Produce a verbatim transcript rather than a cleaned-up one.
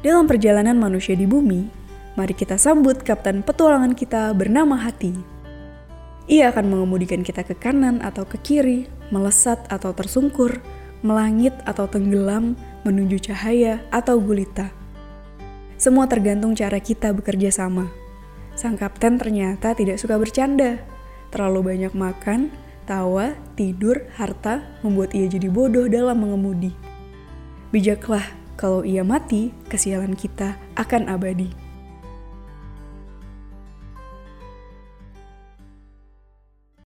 Dalam perjalanan manusia di bumi, mari kita sambut kapten petualangan kita bernama Hati. Ia akan mengemudikan kita ke kanan atau ke kiri, melesat atau tersungkur, melangit atau tenggelam, menuju cahaya atau gulita. Semua tergantung cara kita bekerja sama. Sang kapten ternyata tidak suka bercanda. Terlalu banyak makan, tawa, tidur, harta membuat ia jadi bodoh dalam mengemudi. Bijaklah, kalau ia mati, kesialan kita akan abadi.